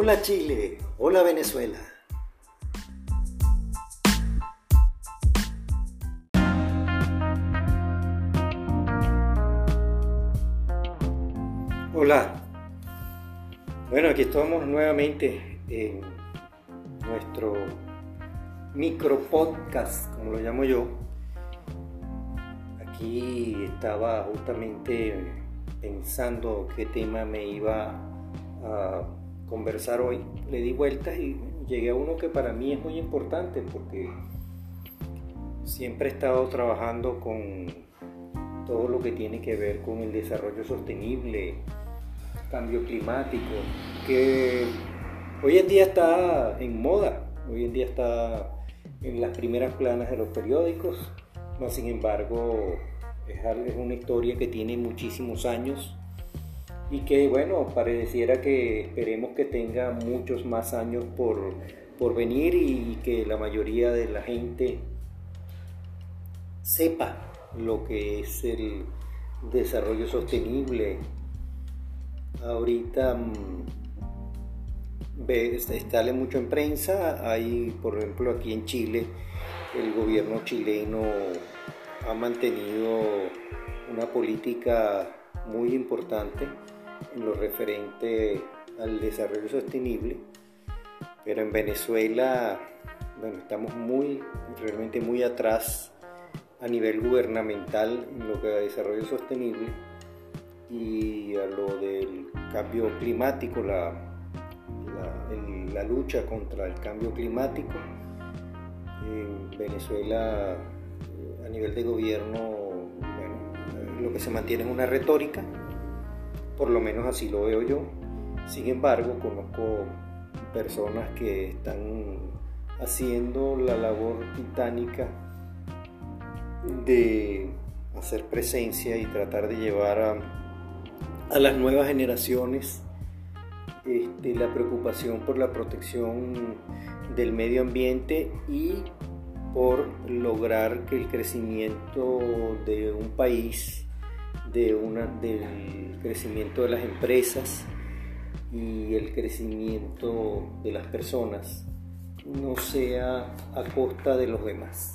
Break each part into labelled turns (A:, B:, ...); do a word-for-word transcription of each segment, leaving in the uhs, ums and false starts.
A: Hola Chile, hola Venezuela. Hola, bueno, aquí estamos nuevamente en nuestro micro podcast, como lo llamo yo. Aquí estaba justamente pensando qué tema me iba a conversar hoy. Le di vueltas y llegué a uno que para mí es muy importante porque siempre he estado trabajando con todo lo que tiene que ver con el desarrollo sostenible, cambio climático, que hoy en día está en moda, hoy en día está en las primeras planas de los periódicos, no, sin embargo es, es una historia que tiene muchísimos años y que, bueno, pareciera que esperemos que tenga muchos más años por, por venir y que la mayoría de la gente sepa lo que es el desarrollo sostenible. Ahorita ve, sale mucho en prensa. Hay, por ejemplo, aquí en Chile, el gobierno chileno ha mantenido una política muy importante en lo referente al desarrollo sostenible, pero en Venezuela, bueno, estamos muy, realmente muy atrás a nivel gubernamental en lo que a desarrollo sostenible y a lo del cambio climático, la, la, el, la lucha contra el cambio climático. En Venezuela, a nivel de gobierno, bueno, lo que se mantiene es una retórica, por lo menos así lo veo yo. Sin embargo, conozco personas que están haciendo la labor titánica de hacer presencia y tratar de llevar a, a las nuevas generaciones este, la preocupación por la protección del medio ambiente y por lograr que el crecimiento de un país, de una, del crecimiento de las empresas y el crecimiento de las personas no sea a costa de los demás.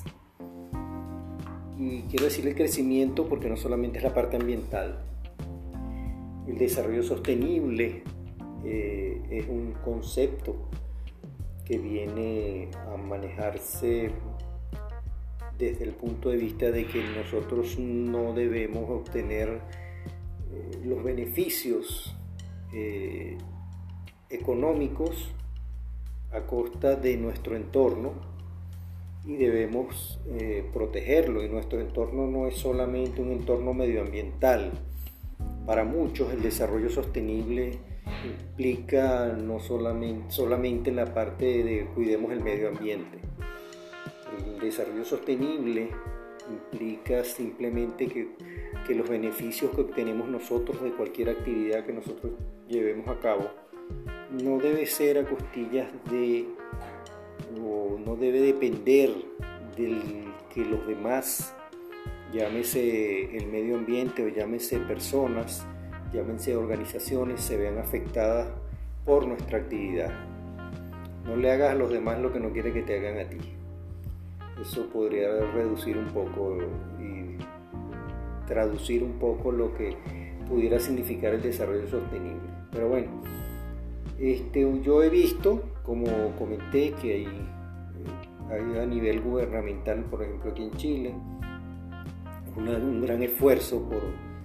A: Y quiero decir el crecimiento porque no solamente es la parte ambiental. El desarrollo sostenible eh, es un concepto que viene a manejarse desde el punto de vista de que nosotros no debemos obtener eh, los beneficios eh, económicos a costa de nuestro entorno y debemos eh, protegerlo. Y nuestro entorno no es solamente un entorno medioambiental. Para muchos el desarrollo sostenible implica no solamente, solamente la parte de cuidemos el medio ambiente. El desarrollo sostenible implica simplemente que, que los beneficios que obtenemos nosotros de cualquier actividad que nosotros llevemos a cabo no debe ser a costillas de, o no debe depender del que los demás, llámese el medio ambiente o llámese personas, llámense organizaciones, se vean afectadas por nuestra actividad. No le hagas a los demás lo que no quiere que te hagan a ti. Eso podría reducir un poco y traducir un poco lo que pudiera significar el desarrollo sostenible. Pero bueno, este, yo he visto, como comenté, que hay, hay a nivel gubernamental, por ejemplo aquí en Chile, una, un gran esfuerzo por,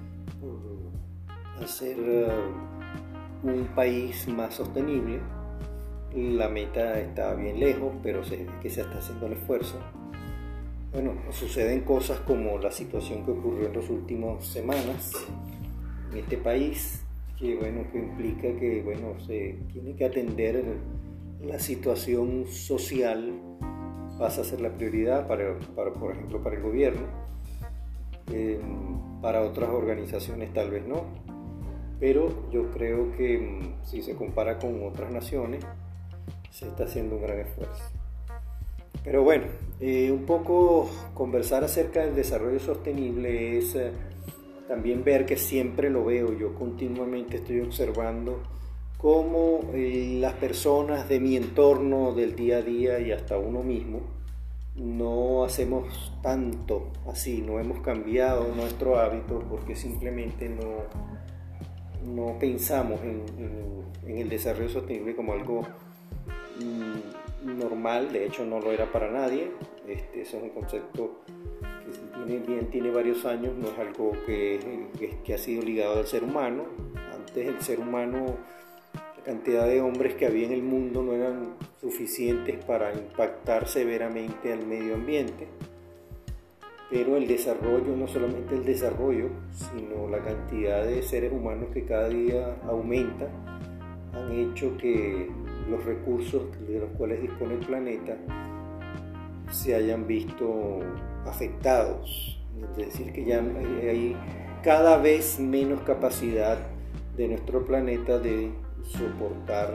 A: por hacer uh, un país más sostenible. La meta está bien lejos, pero se ve que se está haciendo el esfuerzo. Bueno, suceden cosas como la situación que ocurrió en las últimas semanas en este país, que bueno, que implica que bueno, se tiene que atender la situación social, pasa a ser la prioridad para, para por ejemplo, para el gobierno, eh, para otras organizaciones tal vez no, pero yo creo que si se compara con otras naciones, se está haciendo un gran esfuerzo. Pero bueno, eh, un poco conversar acerca del desarrollo sostenible es eh, también ver que siempre lo veo, yo continuamente estoy observando cómo eh, las personas de mi entorno del día a día y hasta uno mismo no hacemos tanto así, no hemos cambiado nuestro hábito porque simplemente no, no pensamos en, en, en el desarrollo sostenible como algo mm, normal. De hecho no lo era para nadie. Este, eso es un concepto que si tiene, bien tiene varios años, no es algo que, que, que ha sido ligado al ser humano. Antes el ser humano, la cantidad de hombres que había en el mundo no eran suficientes para impactar severamente al medio ambiente, pero el desarrollo, no solamente el desarrollo, sino la cantidad de seres humanos que cada día aumenta, han hecho que los recursos de los cuales dispone el planeta se hayan visto afectados. Es decir, que ya hay cada vez menos capacidad de nuestro planeta de soportar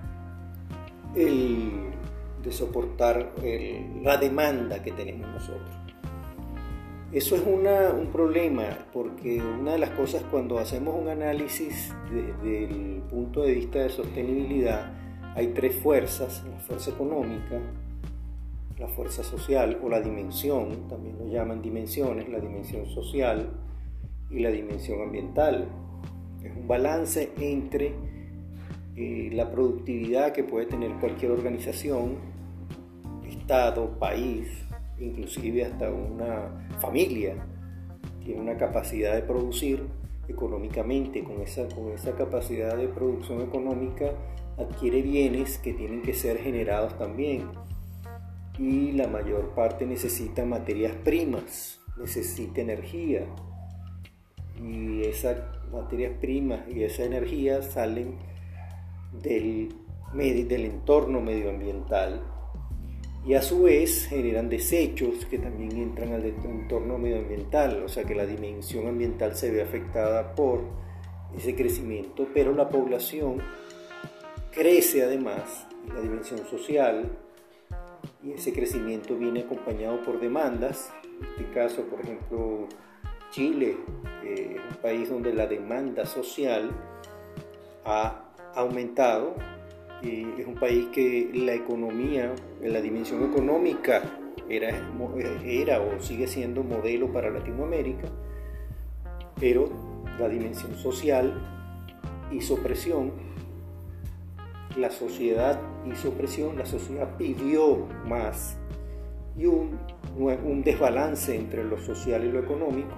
A: el, de soportar el, la demanda que tenemos nosotros. Eso es una, un problema, porque una de las cosas cuando hacemos un análisis desde el punto de vista de sostenibilidad, hay tres fuerzas: la fuerza económica, la fuerza social o la dimensión, también lo llaman dimensiones, la dimensión social y la dimensión ambiental. Es un balance entre eh, la productividad que puede tener cualquier organización, estado, país, inclusive hasta una familia. Tiene una capacidad de producir económicamente. Con esa, con esa capacidad de producción económica adquiere bienes que tienen que ser generados también. Y la mayor parte necesita materias primas, necesita energía. Y esas materias primas y esa energía salen del, del entorno medioambiental y a su vez generan desechos que también entran al entorno medioambiental, o sea que la dimensión ambiental se ve afectada por ese crecimiento, pero la población crece además, la dimensión social, y ese crecimiento viene acompañado por demandas. En este caso, por ejemplo, Chile, eh, un país donde la demanda social ha aumentado, y es un país que la economía, la dimensión económica era, era o sigue siendo modelo para Latinoamérica, pero la dimensión social hizo presión, la sociedad hizo presión, la sociedad pidió más y un, un desbalance entre lo social y lo económico.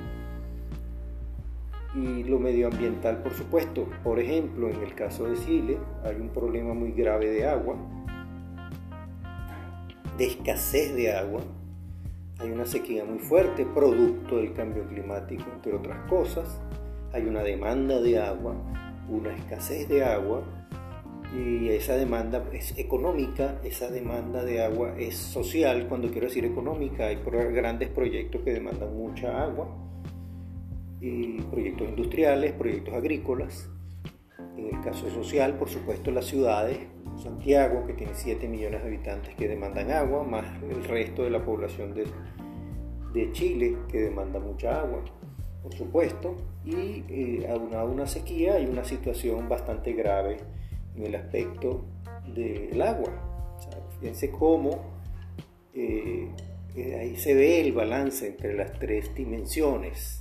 A: Y lo medioambiental, por supuesto. Por ejemplo, en el caso de Chile hay un problema muy grave de agua, de escasez de agua. Hay una sequía muy fuerte, producto del cambio climático, entre otras cosas. Hay una demanda de agua, una escasez de agua, y esa demanda es económica, esa demanda de agua es social. Cuando quiero decir económica, hay grandes proyectos que demandan mucha agua, y proyectos industriales, proyectos agrícolas. En el caso social, por supuesto, las ciudades, Santiago, que tiene siete millones de habitantes que demandan agua, más el resto de la población de, de Chile, que demanda mucha agua, por supuesto, y eh, aunado a una sequía hay una situación bastante grave en el aspecto del agua. O sea, fíjense cómo eh, eh, ahí se ve el balance entre las tres dimensiones.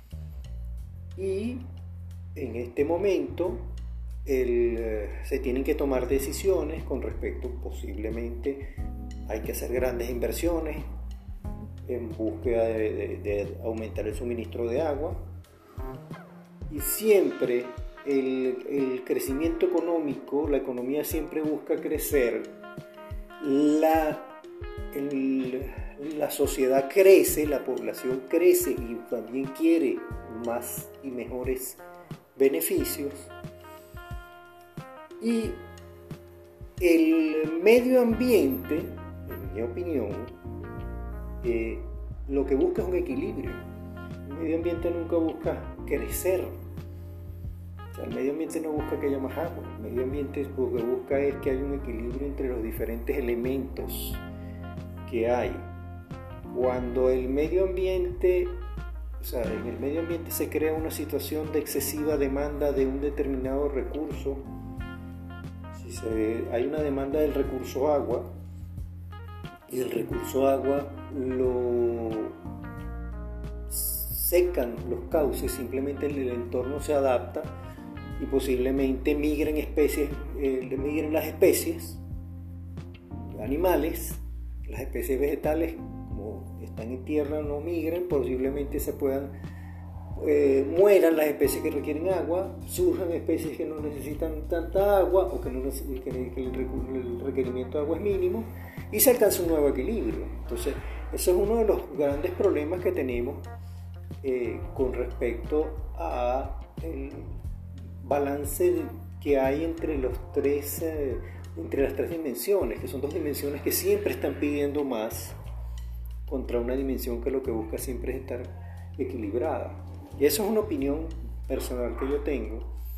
A: Y en este momento el, eh, se tienen que tomar decisiones con respecto, posiblemente hay que hacer grandes inversiones en búsqueda de, de, de aumentar el suministro de agua, y siempre el, el crecimiento económico, la economía siempre busca crecer, la, el, la sociedad crece, la población crece y también quiere más y mejores beneficios, y el medio ambiente, en mi opinión, eh, lo que busca es un equilibrio. El medio ambiente nunca busca crecer, o sea, el medio ambiente no busca que haya más agua, el medio ambiente lo que busca es que haya un equilibrio entre los diferentes elementos que hay. Cuando el medio ambiente O sea, en el medio ambiente se crea una situación de excesiva demanda de un determinado recurso, se, hay una demanda del recurso agua, y el recurso agua lo secan los cauces, simplemente el, el entorno se adapta y posiblemente migren especies, eh, migren las especies animales, las especies vegetales, como están en tierra, no migren, posiblemente se puedan eh, mueran las especies que requieren agua, surjan especies que no necesitan tanta agua o que, no, que, que el requerimiento de agua es mínimo y se alcanza un nuevo equilibrio. Entonces, ese es uno de los grandes problemas que tenemos eh, con respecto a el balance que hay entre los tres eh, entre las tres dimensiones, que son dos dimensiones que siempre están pidiendo más contra una dimensión que lo que busca siempre es estar equilibrada. Y eso es una opinión personal que yo tengo.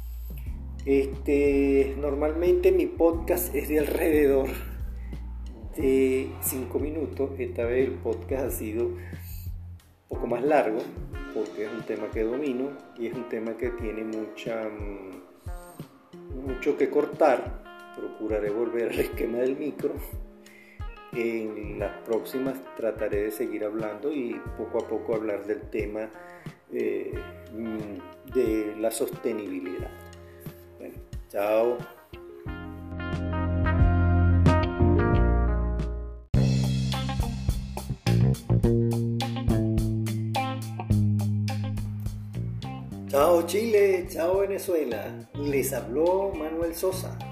A: Este, normalmente mi podcast es de alrededor de cinco minutos. Esta vez el podcast ha sido un poco más largo porque es un tema que domino y es un tema que tiene mucha, mucho que cortar. Procuraré volver al esquema del micro. En las próximas trataré de seguir hablando y poco a poco hablar del tema eh, de la sostenibilidad. Bueno, chao. Chao Chile, chao Venezuela. Les habló Manuel Sosa.